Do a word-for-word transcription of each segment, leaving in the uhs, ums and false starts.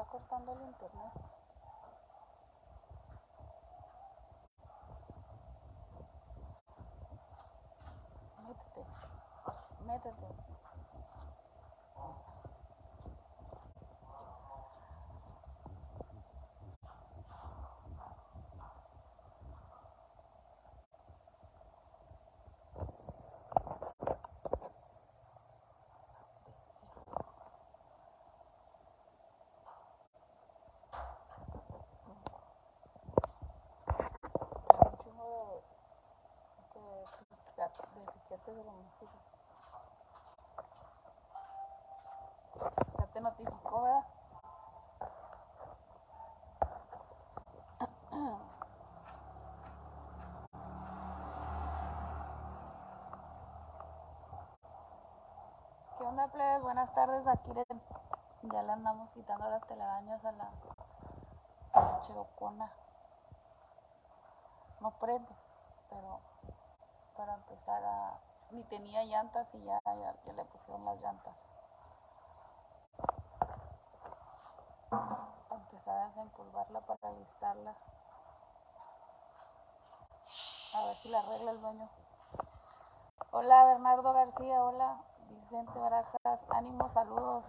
cortando el internet. Métete. Métete. De piquete de los mosquitos. Ya te notificó, ¿verdad? ¿Qué onda, plebes? Buenas tardes. Aquí le, ya le andamos quitando las telarañas a la, a la cherocona. No prende, pero para empezar a... Ni tenía llantas y ya, ya, ya le pusieron las llantas. Para empezar a desempolvarla, para listarla. A ver si la arregla el dueño. Hola, Bernardo García. Hola, Vicente Barajas. Ánimo, saludos.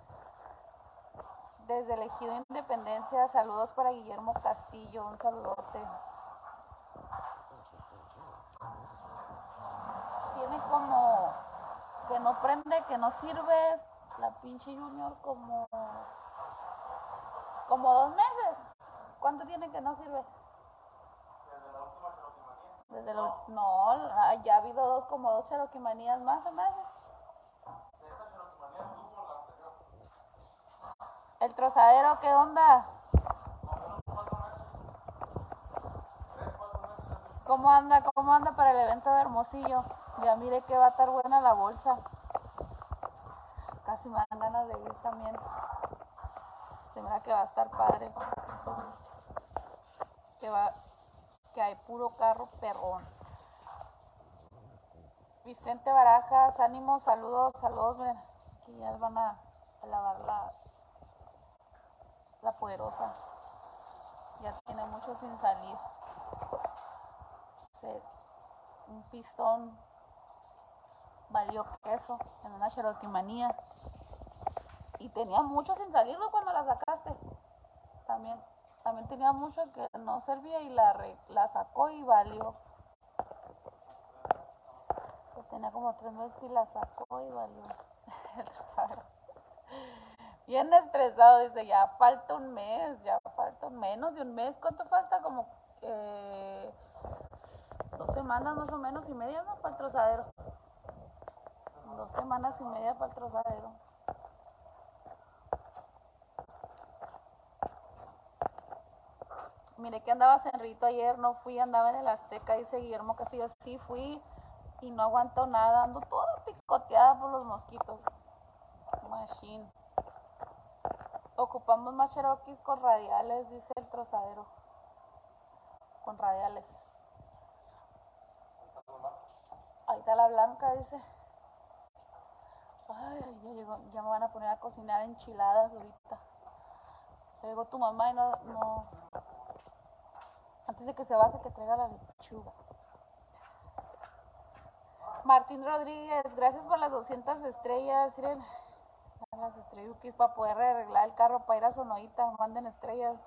Desde el Ejido Independencia, saludos para Guillermo Castillo. Un saludote. Tiene como que no prende, que no sirve la pinche Junior como como dos meses. ¿Cuánto tiene que no sirve? Desde la última Cheroquimanía. Desde lo, no, ya ha habido dos como dos Cheroquimanías más, se me hace. De esta Cheroquimanía tuvo la anterior. El trozadero, ¿qué onda? Como unos cuatro meses. Tres, cuatro meses. ¿Cómo anda? ¿Cómo anda para el evento de Hermosillo? Ya mire que va a estar buena la bolsa. Casi me dan ganas de ir también. Se mira que va a estar padre. Que va, que hay puro carro perrón. Vicente Barajas, ánimo, saludos, saludos, ven. Aquí ya van a, a lavar la, la poderosa. Ya tiene mucho sin salir. Se, un pistón valió queso en una Cheroquimanía. Y tenía mucho sin salirlo cuando la sacaste. También, también tenía mucho que no servía y la, re, la sacó y valió. Pues tenía como tres meses y la sacó y valió. Bien estresado, dice, ya falta un mes, ya falta menos de un mes. ¿Cuánto falta? Como eh, dos semanas más o menos y media, ¿no? Para el trozadero. Dos semanas y media para el trozadero. Miré que andaba Enrito ayer, no fui, andaba en el Azteca, dice Guillermo Castillo. Sí, fui y no aguanto nada, ando toda picoteada por los mosquitos. Machine. Ocupamos más Cherokees con radiales, dice el trozadero. Con radiales. Ahí está la blanca, dice. Ay, ya llegó, ya me van a poner a cocinar enchiladas ahorita. Ya llegó tu mamá y no, no... Antes de que se baje, que traiga la lechuga. Martín Rodríguez, gracias por las doscientas estrellas. Miren, las estrelluquis para poder arreglar el carro para ir a Sonoita. Manden estrellas.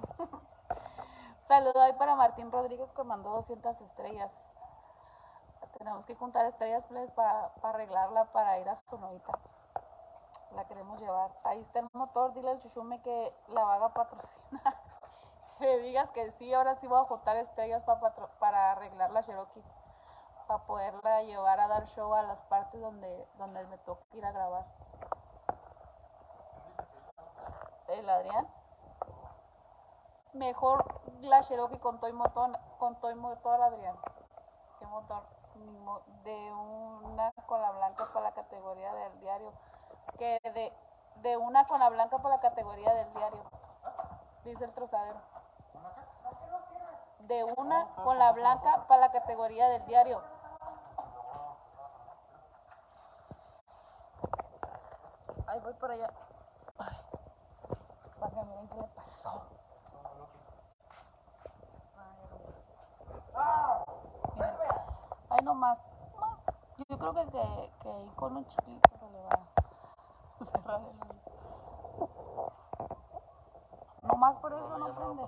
Saludo ahí para Martín Rodríguez que mandó doscientas estrellas. Tenemos que juntar estrellas pues, para pa arreglarla para ir a Sonoita. La queremos llevar. Ahí está el motor. Dile al Chuchume que la vaga patrocina. Le digas que sí, ahora sí voy a juntar estrellas pa para arreglar la Cherokee. Para poderla llevar a dar show a las partes donde, donde me toca ir a grabar. ¿El Adrián? Mejor la Cherokee con toy motor, con toy motor, Adrián. ¿Qué motor? De una con la blanca para la categoría del diario. Que de, de una con la blanca para la categoría del diario. Dice el trozadero. De una con la blanca para la categoría del diario. Ahí voy para allá. Ay. para que miren qué le pasó. Miren. Ay, no más, más. Yo creo que, que, que ahí con un chiquito se le va a cerrar el oído. No más por eso no prende.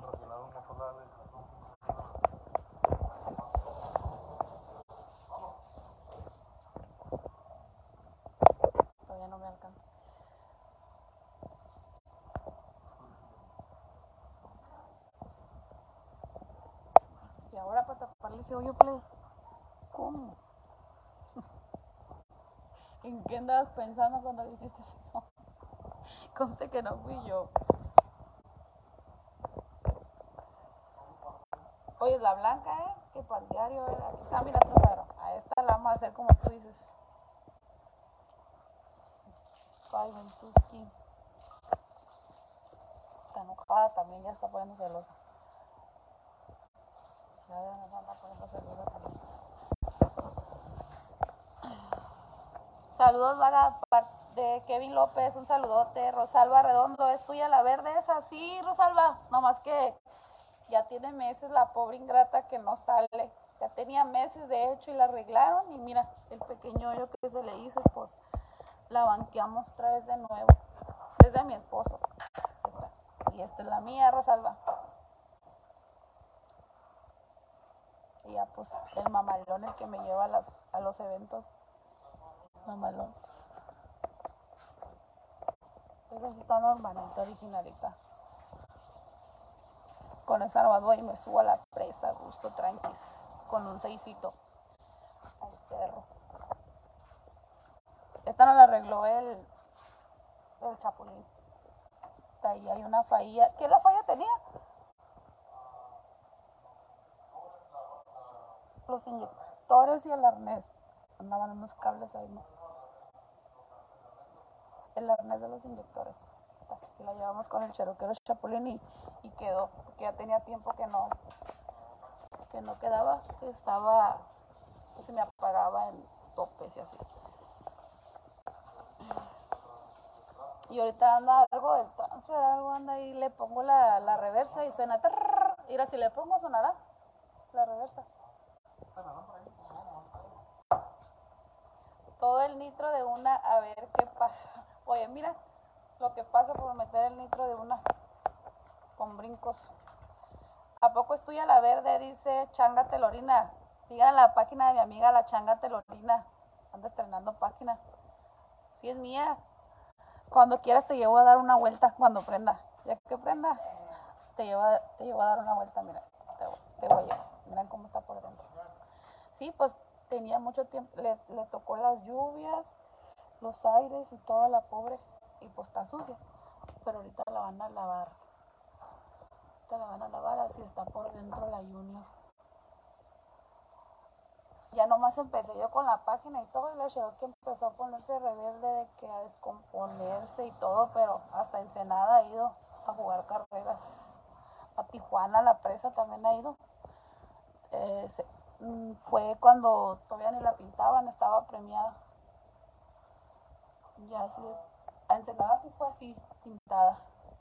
Todavía no me alcanza. Y ahora para taparle ese hoyo, please. ¿Cómo? ¿En qué andabas pensando cuando le hiciste eso? Conste que no fui yo. Oye, la blanca, ¿eh? Que para el diario, ¿eh? Aquí está, mira, trozadero. A esta la vamos a hacer como tú dices. Ay, Ventusky. Está enojada también, ya está poniendo celosa. Ya anda poniendo celosa también. Saludos, vaga, de Kevin López, un saludote. Rosalba Redondo, ¿es tuya la verde esa? Sí, Rosalba, nomás que ya tiene meses la pobre ingrata que no sale. Ya tenía meses de hecho y la arreglaron y mira el pequeño hoyo que se le hizo y pues la banqueamos otra vez de nuevo. Es de mi esposo. Esta. Y esta es la mía, Rosalba. Y ya pues el mamalón el que me lleva a, las, a los eventos. Mamalón. Esa sí está normalita, originalita. Con esa armadura y me subo a la presa, gusto, tranquis. Con un seisito. Al perro. Esta no la arregló el, el Chapulín. Ahí hay una falla. ¿Qué la falla tenía? Los inyectores y el arnés. Andaban unos cables ahí, ¿no? El arnés de los inyectores. Esta, que la llevamos con el cheroquero Chapulín y, y quedó. Porque ya tenía tiempo que no, que no quedaba. Que estaba, que se me apagaba en topes y así. Y ahorita anda algo del transfer, algo anda ahí, le pongo la, la reversa y suena. Trrr. Mira, si le pongo sonará la reversa. Todo el nitro de una, a ver qué pasa. Oye, mira lo que pasa por meter el nitro de una con brincos. ¿A poco es tuya la verde? Dice Changa Telorina. Sigan la página de mi amiga la Changa Telorina. Anda estrenando página. Sí, es mía. Cuando quieras te llevo a dar una vuelta cuando prenda. Ya que prenda, te llevo, te llevo a dar una vuelta. Mira, te, te voy a llevar. Miren cómo está por dentro. Sí, pues tenía mucho tiempo. Le, le tocó las lluvias, los aires y toda la pobre. Y pues está sucia. Pero ahorita la van a lavar. Ahorita la van a lavar, así está por dentro la Junior. Ya nomás empecé yo con la página y todo, y la Cherokee empezó a ponerse rebelde de que a descomponerse y todo, pero hasta Ensenada ha ido a jugar carreras. A Tijuana, la presa también ha ido. Eh, se, mm, fue cuando todavía ni la pintaban, estaba premiada. Ya así es. A Ensenada sí fue así, pintada.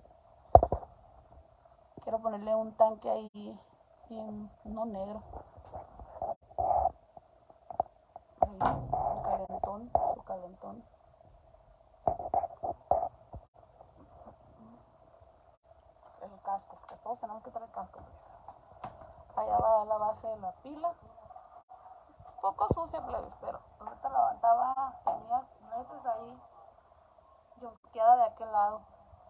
Quiero ponerle un tanque ahí, bien, no negro. Ahí, el calentón, su calentón. El casco, que todos tenemos que traer casco. Allá va la base de la pila. Un poco sucia, plebes, pero ahorita la levantaba, tenía meses ahí yonqueada de aquel lado.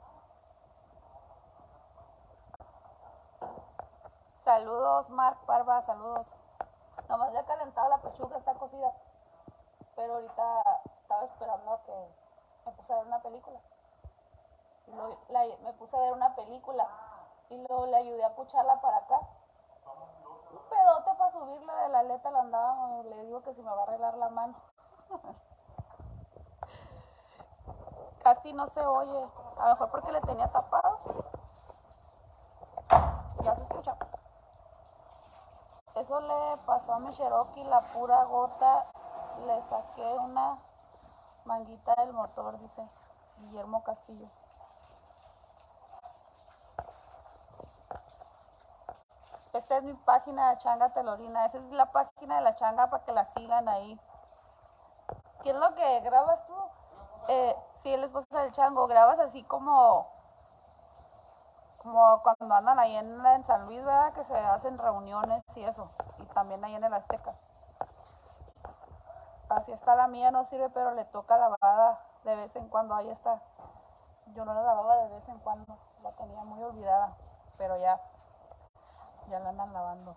Saludos, Mark Barba, saludos. Nomás ya calentado la pechuga, está cocida. Pero ahorita estaba esperando a que me puse a ver una película. Y luego la, me puse a ver una película y luego le ayudé a pucharla para acá. Un pedote para subirla de la aleta la andaba, le digo que si me va a arreglar la mano. Casi no se oye, a lo mejor porque le tenía tapado. Ya se escucha. Eso le pasó a mi Cherokee, la pura gota. Le saqué una manguita del motor, dice Guillermo Castillo. es mi página de Changa Telorina. Esa es la página de la Changa para que la sigan ahí. ¿Qué es lo que grabas tú? Eh, sí, el esposo del Chango. Grabas así como, como cuando andan ahí en, en San Luis, ¿verdad? Que se hacen reuniones y eso. Y también ahí en el Azteca. Así está la mía, no sirve, pero le toca lavada de vez en cuando. Ahí está. Yo no la lavaba de vez en cuando. La tenía muy olvidada. Pero ya, ya la andan lavando.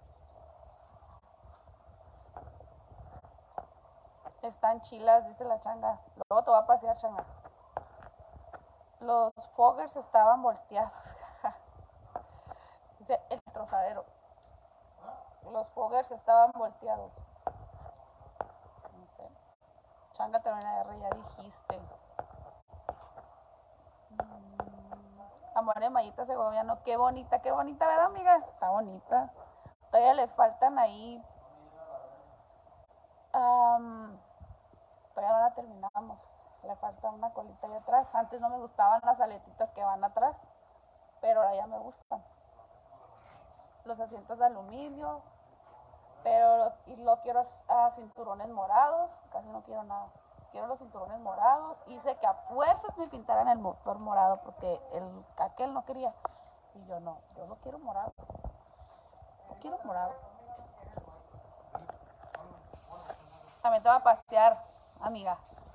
Están chilas, dice la Changa. Luego te voy a pasear, Changa. Los foggers estaban volteados. Dice el trozadero. Los foggers estaban volteados. No sé. Changa Telorina R, ya dijiste. Mm. Amor de Mayita Segoviano. Qué bonita, qué bonita, ¿verdad, amiga? Está bonita. Todavía le faltan ahí. Um, todavía no la terminamos. Le falta una colita ahí atrás. Antes no me gustaban las aletitas que van atrás, pero ahora ya me gustan. Los asientos de aluminio, pero y lo quiero a, a cinturones morados. Casi no quiero nada. Quiero los cinturones morados. Hice que a fuerzas me pintaran el motor morado porque el aquel no quería. Y yo no, yo lo quiero morado. Yo quiero morado. También te va a pasear, amiga.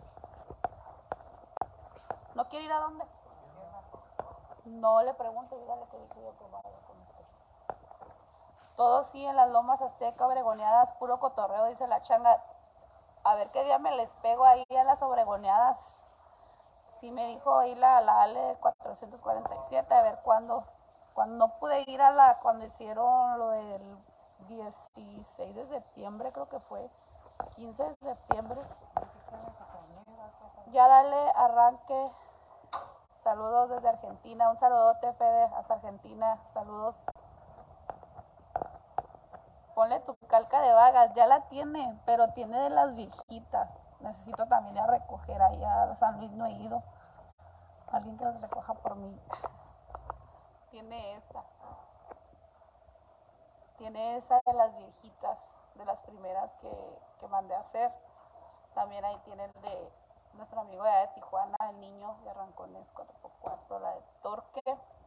¿No quiere ir a dónde? No le pregunto, dígale que dije yo que vaya con usted. Todo sí en las lomas azteca, obregoneadas, puro cotorreo, dice la Changa. A ver qué día me les pego ahí a las obregoneadas. Sí me dijo ahí la, la Ale cuatrocientos cuarenta y siete, a ver cuándo. Cuando no pude ir a la, cuando hicieron lo del dieciséis de septiembre, creo que fue, quince de septiembre. Ya dale arranque. Saludos desde Argentina. Un saludote, Fede, hasta Argentina. Saludos. Ponle tu calca de Vagas. Ya la tiene, pero tiene de las viejitas. Necesito también ir a recoger ahí a San Luis. No he ido. Alguien que las recoja por mí. Tiene esta. Tiene esa de las viejitas, de las primeras que, que mandé a hacer. También ahí tiene el de nuestro amigo de Tijuana, el niño de Rancones cuatro por cuatro, la de Torque.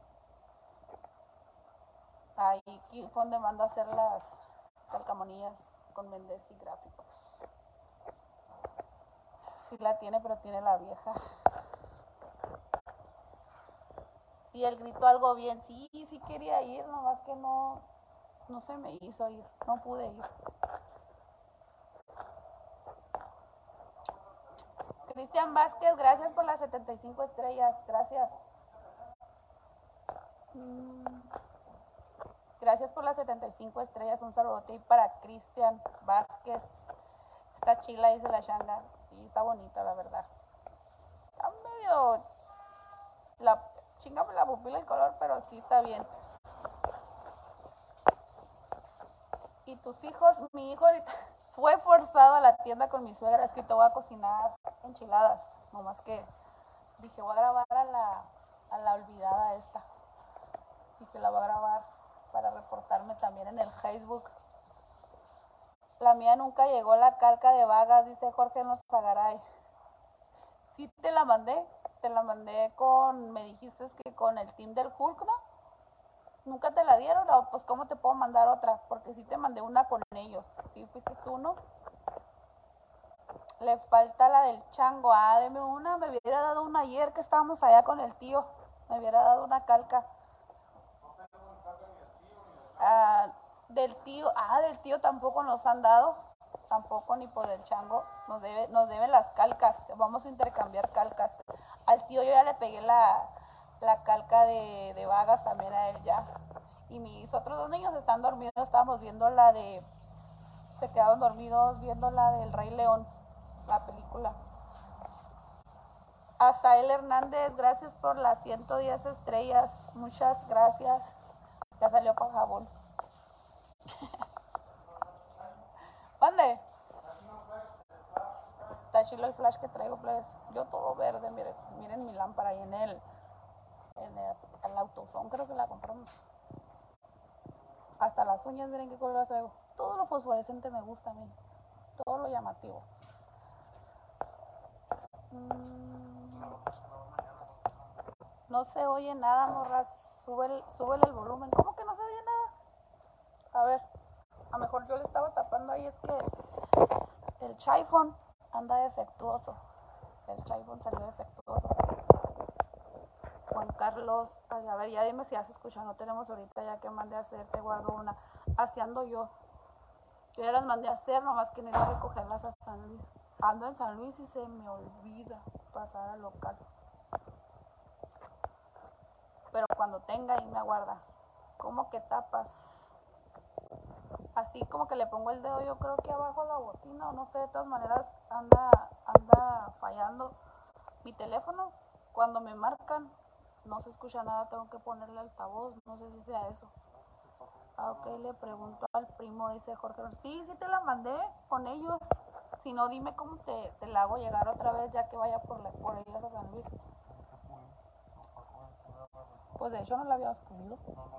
Ahí fue donde mando a hacer las calcamonías con Méndez y gráficos. Sí la tiene, pero tiene la vieja. Sí, el grito algo bien. Sí, sí quería ir, nomás que no, no se me hizo ir. No pude ir. Cristian Vázquez, gracias por las setenta y cinco estrellas. Gracias. Mm. Gracias por las setenta y cinco estrellas. Un saludote y para Cristian Vázquez. Está chila, dice la Changa. Sí, está bonita, la verdad. Está medio... La... Chingame la pupila el color, pero sí está bien. ¿Y tus hijos? Mi hijo ahorita fue forzado a la tienda con mi suegra. Es que te voy a cocinar enchiladas. Nomás que dije, voy a grabar a la, a la olvidada esta. Dije, la voy a grabar para reportarme también en el Facebook. La mía nunca llegó la calca de Vagas, dice Jorge Nosagaray. Sí te la mandé, te la mandé con, me dijiste que con el team del Hulk, ¿no? ¿Nunca te la dieron? O pues ¿cómo te puedo mandar otra? Porque sí te mandé una con ellos. ¿Sí fuiste tú, no? Le falta la del Chango. Ah, deme una, me hubiera dado una ayer que estábamos allá con el tío. Me hubiera dado una calca. Ah, del tío, ah, del tío tampoco nos han dado, tampoco ni por el Chango, nos debe, nos deben las calcas, vamos a intercambiar calcas. Al tío yo ya le pegué la, la calca de, de Vagas también a él ya. Y mis otros dos niños están dormidos, estábamos viendo la de, se quedaron dormidos viendo la del Rey León, la película. A Sael Hernández, gracias por las ciento diez estrellas, muchas gracias. Ya salió para jabón. ¿Dónde? Está chilo el flash que traigo, pues. Yo todo verde, miren, miren mi lámpara ahí en el, en el, el AutoZone, creo que la compramos. Hasta las uñas, miren qué color las traigo. Todo lo fosforescente me gusta a mí. Todo lo llamativo. Mm, no se oye nada, morras. Súbele, súbele el volumen. ¿Cómo que no se oye nada? A ver, a lo mejor yo le estaba tapando ahí. Es que el chaiphone anda defectuoso. El chaiphone salió defectuoso. Juan Carlos, ay, a ver, ya dime si ya se escucha. No tenemos ahorita ya que mandé a hacer. Te guardo una. Así ando yo. Yo ya las mandé a hacer, nomás que no iba a recogerlas a San Luis. Ando en San Luis y se me olvida pasar al local. Pero cuando tenga ahí me aguarda. ¿Cómo que tapas? Así como que le pongo el dedo, yo creo que abajo a la bocina, o no sé, de todas maneras anda, anda fallando mi teléfono. Cuando me marcan no se escucha nada, tengo que ponerle altavoz, no sé si sea eso. Ah, ok, le pregunto al primo, dice Jorge. Sí, sí te la mandé con ellos. Si no, dime cómo te, te la hago llegar otra vez ya que vaya por, la, por ellas a San Luis. Pues de hecho no la habías pulido.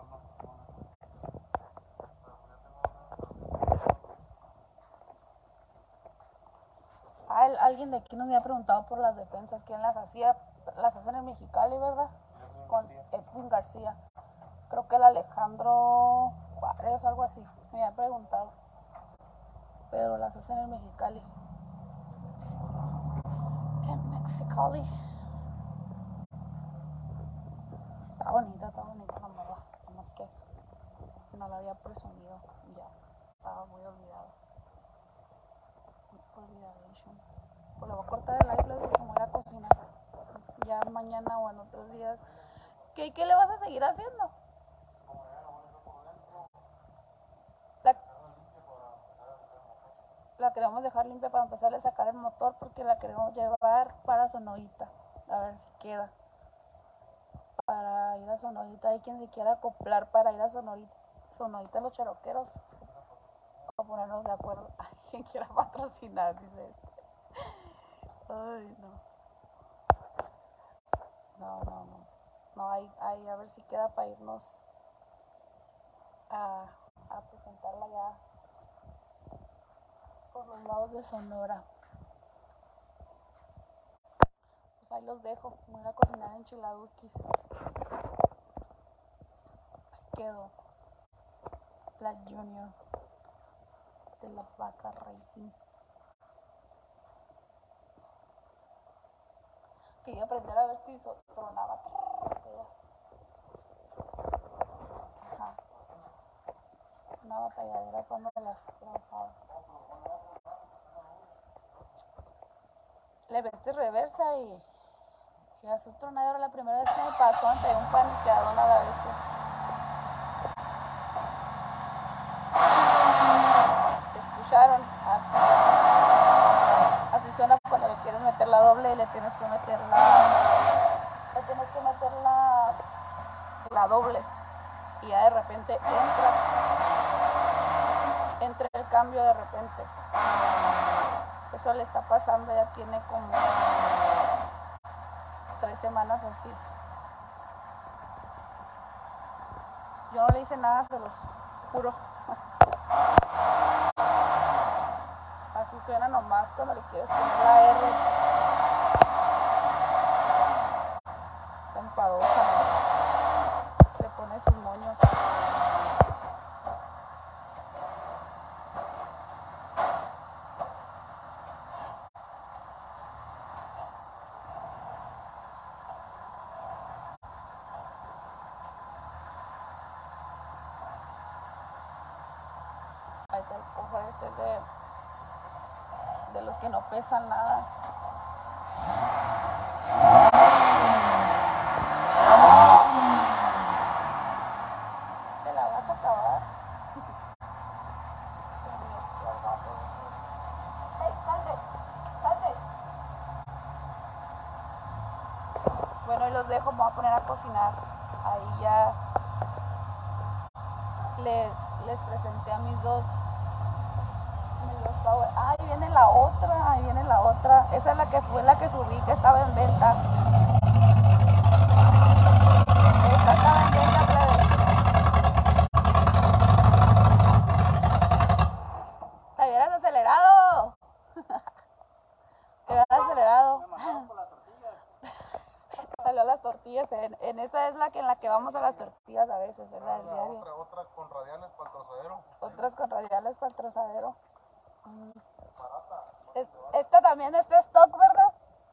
Ah, el, alguien de aquí nos había preguntado por las defensas, quién las hacía. Las hacen en Mexicali, ¿verdad? Con Edwin García. Creo que el Alejandro Juárez, algo así. Me había preguntado. Pero las hacen en Mexicali. En Mexicali. Está bonita, está bonita la morra. Nomás que no la había presumido. Ya. Estaba muy olvidado. Olvidadation. Pues le voy a cortar el live porque me voy a cocinar. Ya mañana o en otros días. ¿Qué, qué le vas a seguir haciendo? La, la queremos dejar limpia para empezarle a sacar el motor porque la queremos llevar para Sonoita. A ver si queda. Para ir a Sonoita. Hay quien se quiera acoplar para ir a Sonoita. Sonoita los cheroqueros. A ponernos de acuerdo. Hay quien quiera patrocinar, dice este. Ay, no. No, no, no. No, hay, hay a ver si queda para irnos a, a presentarla ya por los lados de Sonora. Pues ahí los dejo. Voy a cocinar en Chiladuskis. Ahí quedó la Junior de la Vaca Racing. Quería aprender a ver si so, tronaba. Ajá. Una batalladera cuando las trabajaba. Le metí reversa y y hace un tronadero. La primera vez que me pasó ante un paniqueadón a la bestia. ¿Escucharon? Así, así suena cuando le quieres meter la doble y le tienes que meter la le tienes que meter la la doble y ya de repente entra entra el cambio de repente. Eso le está pasando, ya tiene como tres semanas así. Yo no le hice nada, se los juro. Así suena nomás cuando le quieres poner la R. Está enfadosa, ¿no? Se pone sus moños. Ahí está el cofre este de, de los que no pesan nada. ¿Te la vas a acabar? ¡Ey, salte! ¡Salte! Bueno, y los dejo, me voy a poner a cocinar. Ahí ya les, les presenté a mis dos. Ahí viene la otra, ahí viene la otra. Esa es la que fue la que subí, que estaba en venta. Esta estaba en venta, plebe. hubieras acelerado. Te hubieras acelerado. Me mandaron por las tortillas. Salió las tortillas. En, en esa es la que en la que vamos a las tortillas a veces, es la del diario. Otra, otra con radiales para el trozadero. Otras con radiales para el trozadero. Mm. Barata. Es, esta también es de stock, ¿verdad?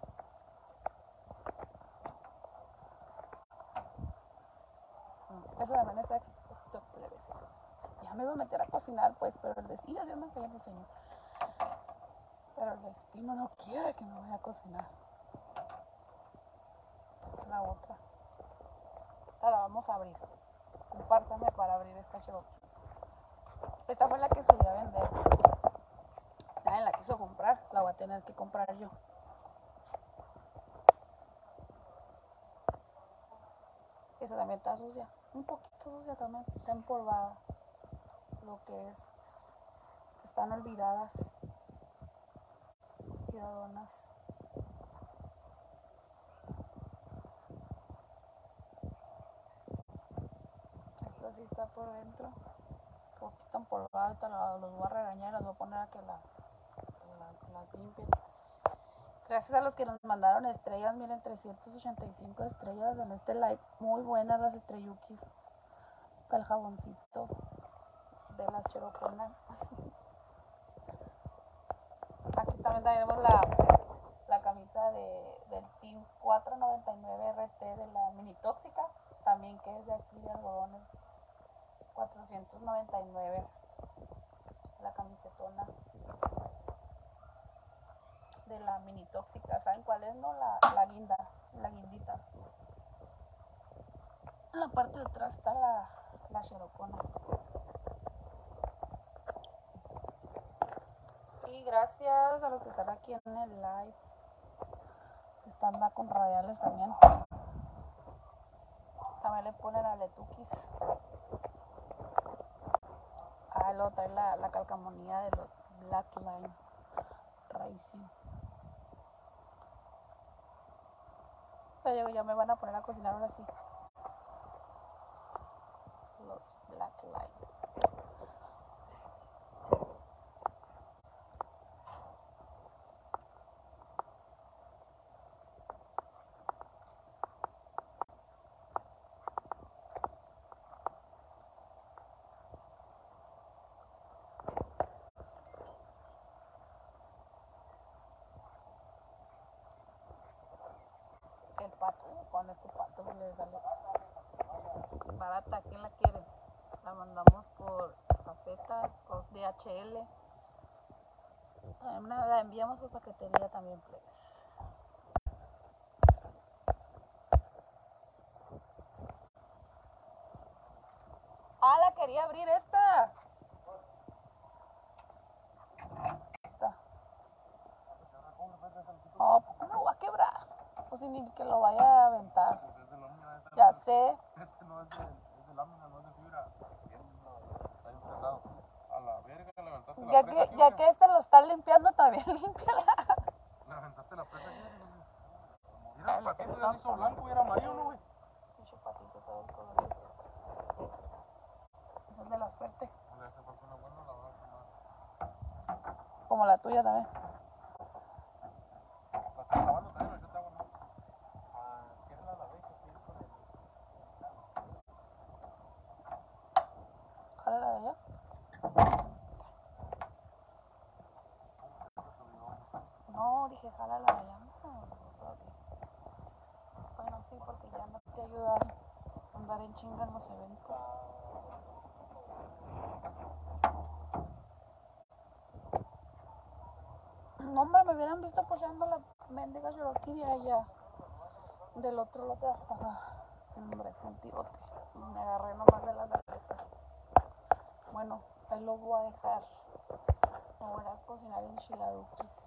Mm, Eso también es ex- stock, plebes. Ya me voy a meter a cocinar, pues, pero el destino, Dios no quiere, señor. Pero el destino no quiere que me vaya a cocinar. Esta es la otra. Esta la vamos a abrir. Compártame para abrir esta Cherokee. Esta fue la que subí a vender. Nadie la quiso comprar, la voy a tener que comprar yo. Esa también está sucia, un poquito sucia también, está empolvada. Lo que es, están olvidadas. Cuidadonas. Esta sí está por dentro, un poquito empolvada. Ahorita la- los voy a regañar y las voy a poner a que las, que las, que las limpien. Gracias a los que nos mandaron estrellas, miren, trescientas ochenta y cinco estrellas en este live. Muy buenas las estrellukis. Para el jaboncito de las cheroconas. Aquí también tenemos la, la camisa de, del Team cuatro noventa y nueve R T de la Mini Tóxica. También que es de aquí de algodones. cuatrocientos noventa y nueve. La camisetona de la Mini Tóxica. ¿Saben cuál es? No, la, la guinda, la guindita. En la parte de atrás está la, la cherocona. Y gracias a los que están aquí en el live. Están da con radiales también. También le ponen aletuquis. Ah, luego trae la, la calcamonía de los Black Line Racing. Pero ya me van a poner a cocinar ahora sí. Los Black Line. El pato, con este pato le sale barata. ¿Quién la quiere? La mandamos por estafeta, por D H L. También la enviamos por paquetería también, pues. Ah, la quería abrir esta. Esta. Oh, pues ¿cómo lo voy a quebrar? Pues ni que lo vaya a aventar. Pues es de lámina, este Ya no es- sé. Este no es de, es de lámina, no es de fibra. Está bien pesado. A la verga, le aventaste la Ya presa que, aquí, ya ¿o qué? que este lo está limpiando, también límpiala. Le aventaste la presa aquí. Mira, Ay, el lo que patito está ya se hizo blanco y era amarillo, ¿no, güey? Pinche patito todo colorido. Esa es de la suerte. No le hace falta una buena, la va a tomar. Como la tuya también. La estás lavando también, ¿o echate agua, no? Ah, ¿quieres la lavé? Que tienes con el... ¿Cuál era la de ella? No, dije, jala la de allá. No sé, todo bien. Bueno, sí, porque ya no te ayuda a andar en chinga en los eventos. No, hombre, me hubieran visto apoyando la mendiga Cherokee de allá. Del otro lado hasta acá. Hombre, fue un tirote. Me agarré nomás de las aletas. Bueno, ahí lo voy a dejar. Me voy a cocinar enchiladuquis.